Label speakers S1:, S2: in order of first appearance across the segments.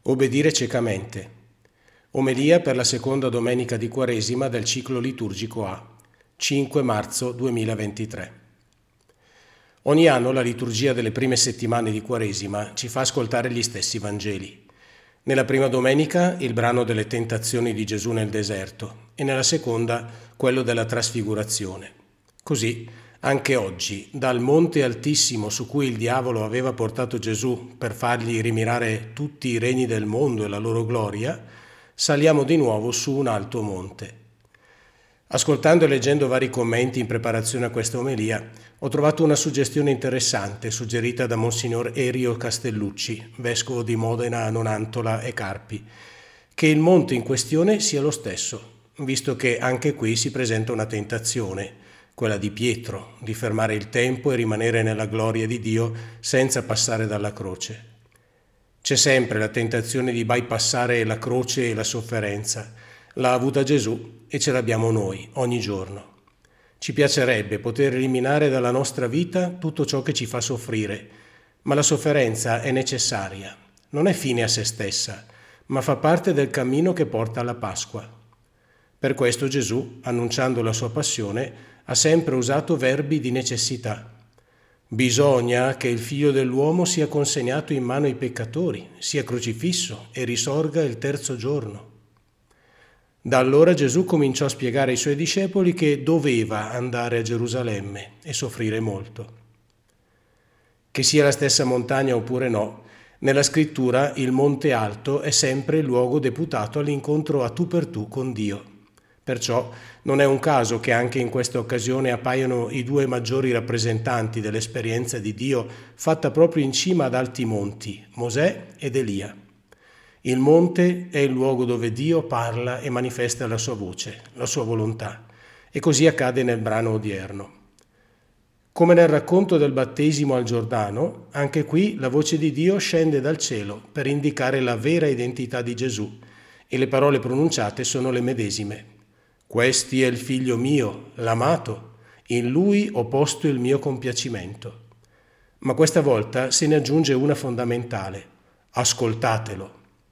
S1: Obbedire ciecamente. Omelia per la seconda domenica di Quaresima del ciclo liturgico A, 5 marzo 2023. Ogni anno la liturgia delle prime settimane di Quaresima ci fa ascoltare gli stessi Vangeli. Nella prima domenica il brano delle tentazioni di Gesù nel deserto e nella seconda quello della trasfigurazione. Così, anche oggi, dal monte altissimo su cui il diavolo aveva portato Gesù per fargli rimirare tutti i regni del mondo e la loro gloria, saliamo di nuovo su un alto monte. Ascoltando e leggendo vari commenti in preparazione a questa omelia, ho trovato una suggestione interessante suggerita da Monsignor Erio Castellucci, vescovo di Modena, Nonantola e Carpi, che il monte in questione sia lo stesso, visto che anche qui si presenta una tentazione, quella di Pietro, di fermare il tempo e rimanere nella gloria di Dio senza passare dalla croce. C'è sempre la tentazione di bypassare la croce e la sofferenza. L'ha avuta Gesù e ce l'abbiamo noi ogni giorno. Ci piacerebbe poter eliminare dalla nostra vita tutto ciò che ci fa soffrire, ma la sofferenza è necessaria, non è fine a se stessa, ma fa parte del cammino che porta alla Pasqua. Per questo Gesù, annunciando la sua passione, ha sempre usato verbi di necessità. Bisogna che il Figlio dell'uomo sia consegnato in mano ai peccatori, sia crocifisso e risorga il terzo giorno. Da allora Gesù cominciò a spiegare ai suoi discepoli che doveva andare a Gerusalemme e soffrire molto. Che sia la stessa montagna oppure no, nella scrittura il monte alto è sempre il luogo deputato all'incontro a tu per tu con Dio. Perciò non è un caso che anche in questa occasione appaiano i due maggiori rappresentanti dell'esperienza di Dio fatta proprio in cima ad alti monti, Mosè ed Elia. Il monte è il luogo dove Dio parla e manifesta la sua voce, la sua volontà, e così accade nel brano odierno. Come nel racconto del battesimo al Giordano, anche qui la voce di Dio scende dal cielo per indicare la vera identità di Gesù e le parole pronunciate sono le medesime. Questi è il figlio mio, l'amato, in lui ho posto il mio compiacimento. Ma questa volta se ne aggiunge una fondamentale: ascoltatelo.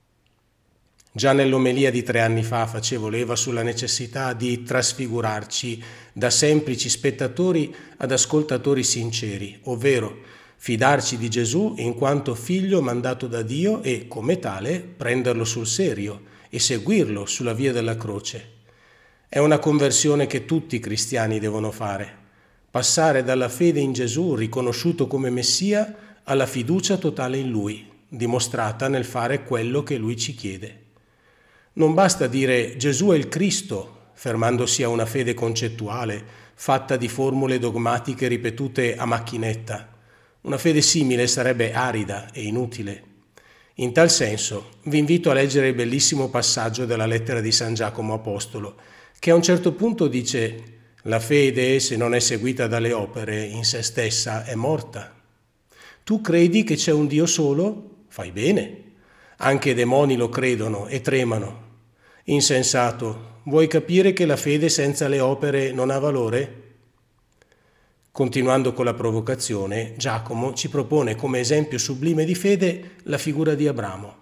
S1: Già nell'omelia di 3 anni fa facevo leva sulla necessità di trasfigurarci da semplici spettatori ad ascoltatori sinceri, ovvero fidarci di Gesù in quanto figlio mandato da Dio e, come tale, prenderlo sul serio e seguirlo sulla via della croce. È una conversione che tutti i cristiani devono fare, passare dalla fede in Gesù riconosciuto come Messia alla fiducia totale in Lui, dimostrata nel fare quello che Lui ci chiede. Non basta dire Gesù è il Cristo, fermandosi a una fede concettuale, fatta di formule dogmatiche ripetute a macchinetta. Una fede simile sarebbe arida e inutile. In tal senso, vi invito a leggere il bellissimo passaggio della lettera di San Giacomo Apostolo, che a un certo punto dice: la fede, se non è seguita dalle opere, in se stessa è morta. Tu credi che c'è un Dio solo? Fai bene. Anche i demoni lo credono e tremano. Insensato, vuoi capire che la fede senza le opere non ha valore? Continuando con la provocazione, Giacomo ci propone come esempio sublime di fede la figura di Abramo.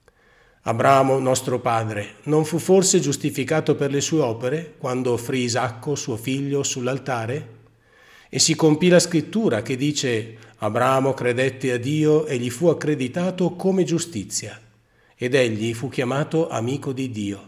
S1: Abramo, nostro padre, non fu forse giustificato per le sue opere quando offrì Isacco, suo figlio, sull'altare? E si compì la scrittura che dice: Abramo credette a Dio e gli fu accreditato come giustizia, ed egli fu chiamato amico di Dio.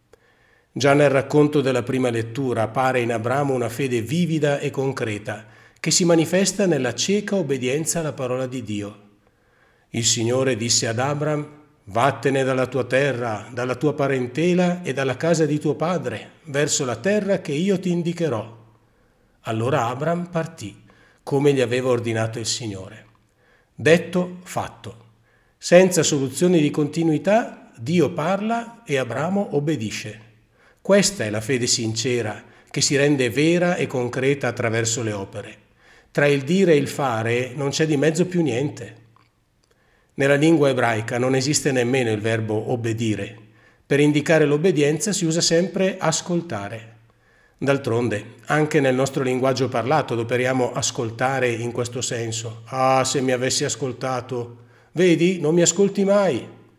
S1: Già nel racconto della prima lettura appare in Abramo una fede vivida e concreta che si manifesta nella cieca obbedienza alla parola di Dio. Il Signore disse ad Abram: vattene dalla tua terra, dalla tua parentela e dalla casa di tuo padre, verso la terra che io ti indicherò. Allora Abram partì, come gli aveva ordinato il Signore. Detto, fatto. Senza soluzioni di continuità, Dio parla e Abramo obbedisce. Questa è la fede sincera, che si rende vera e concreta attraverso le opere. Tra il dire e il fare non c'è di mezzo più niente. Nella lingua ebraica non esiste nemmeno il verbo obbedire. Per indicare l'obbedienza si usa sempre ascoltare. D'altronde, anche nel nostro linguaggio parlato adoperiamo ascoltare in questo senso. Ah, se mi avessi ascoltato! Vedi, non mi ascolti mai!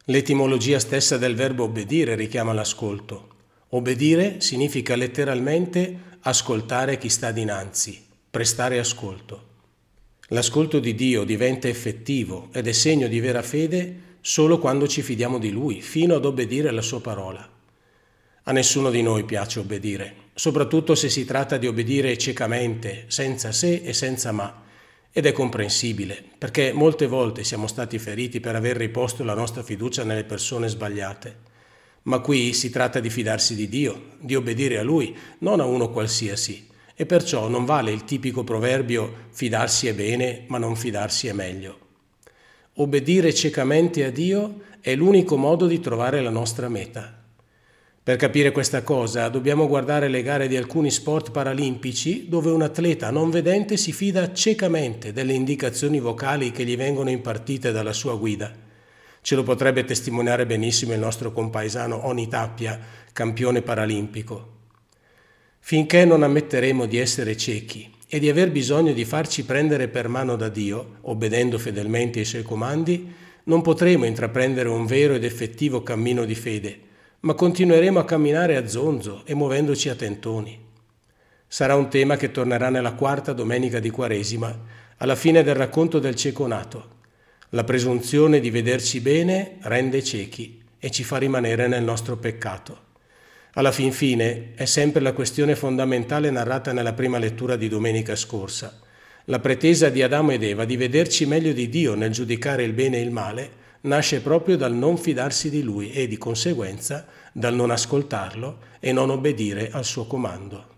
S1: L'etimologia stessa del verbo obbedire richiama l'ascolto. Obbedire significa letteralmente ascoltare chi sta dinanzi, prestare ascolto. L'ascolto di Dio diventa effettivo ed è segno di vera fede solo quando ci fidiamo di Lui, fino ad obbedire alla Sua parola. A nessuno di noi piace obbedire, soprattutto se si tratta di obbedire ciecamente, senza se e senza ma. Ed è comprensibile, perché molte volte siamo stati feriti per aver riposto la nostra fiducia nelle persone sbagliate. Ma qui si tratta di fidarsi di Dio, di obbedire a Lui, non a uno qualsiasi. E perciò non vale il tipico proverbio fidarsi è bene, ma non fidarsi è meglio. Obbedire ciecamente a Dio è l'unico modo di trovare la nostra meta. Per capire questa cosa dobbiamo guardare le gare di alcuni sport paralimpici dove un atleta non vedente si fida ciecamente delle indicazioni vocali che gli vengono impartite dalla sua guida. Ce lo potrebbe testimoniare benissimo il nostro compaesano Oni Tappia, campione paralimpico. Finché non ammetteremo di essere ciechi e di aver bisogno di farci prendere per mano da Dio, obbedendo fedelmente ai Suoi comandi, non potremo intraprendere un vero ed effettivo cammino di fede, ma continueremo a camminare a zonzo e muovendoci a tentoni. Sarà un tema che tornerà nella quarta domenica di Quaresima, alla fine del racconto del cieco nato. La presunzione di vederci bene rende ciechi e ci fa rimanere nel nostro peccato. Alla fin fine è sempre la questione fondamentale narrata nella prima lettura di domenica scorsa. La pretesa di Adamo ed Eva di vederci meglio di Dio nel giudicare il bene e il male nasce proprio dal non fidarsi di Lui e di conseguenza dal non ascoltarlo e non obbedire al suo comando.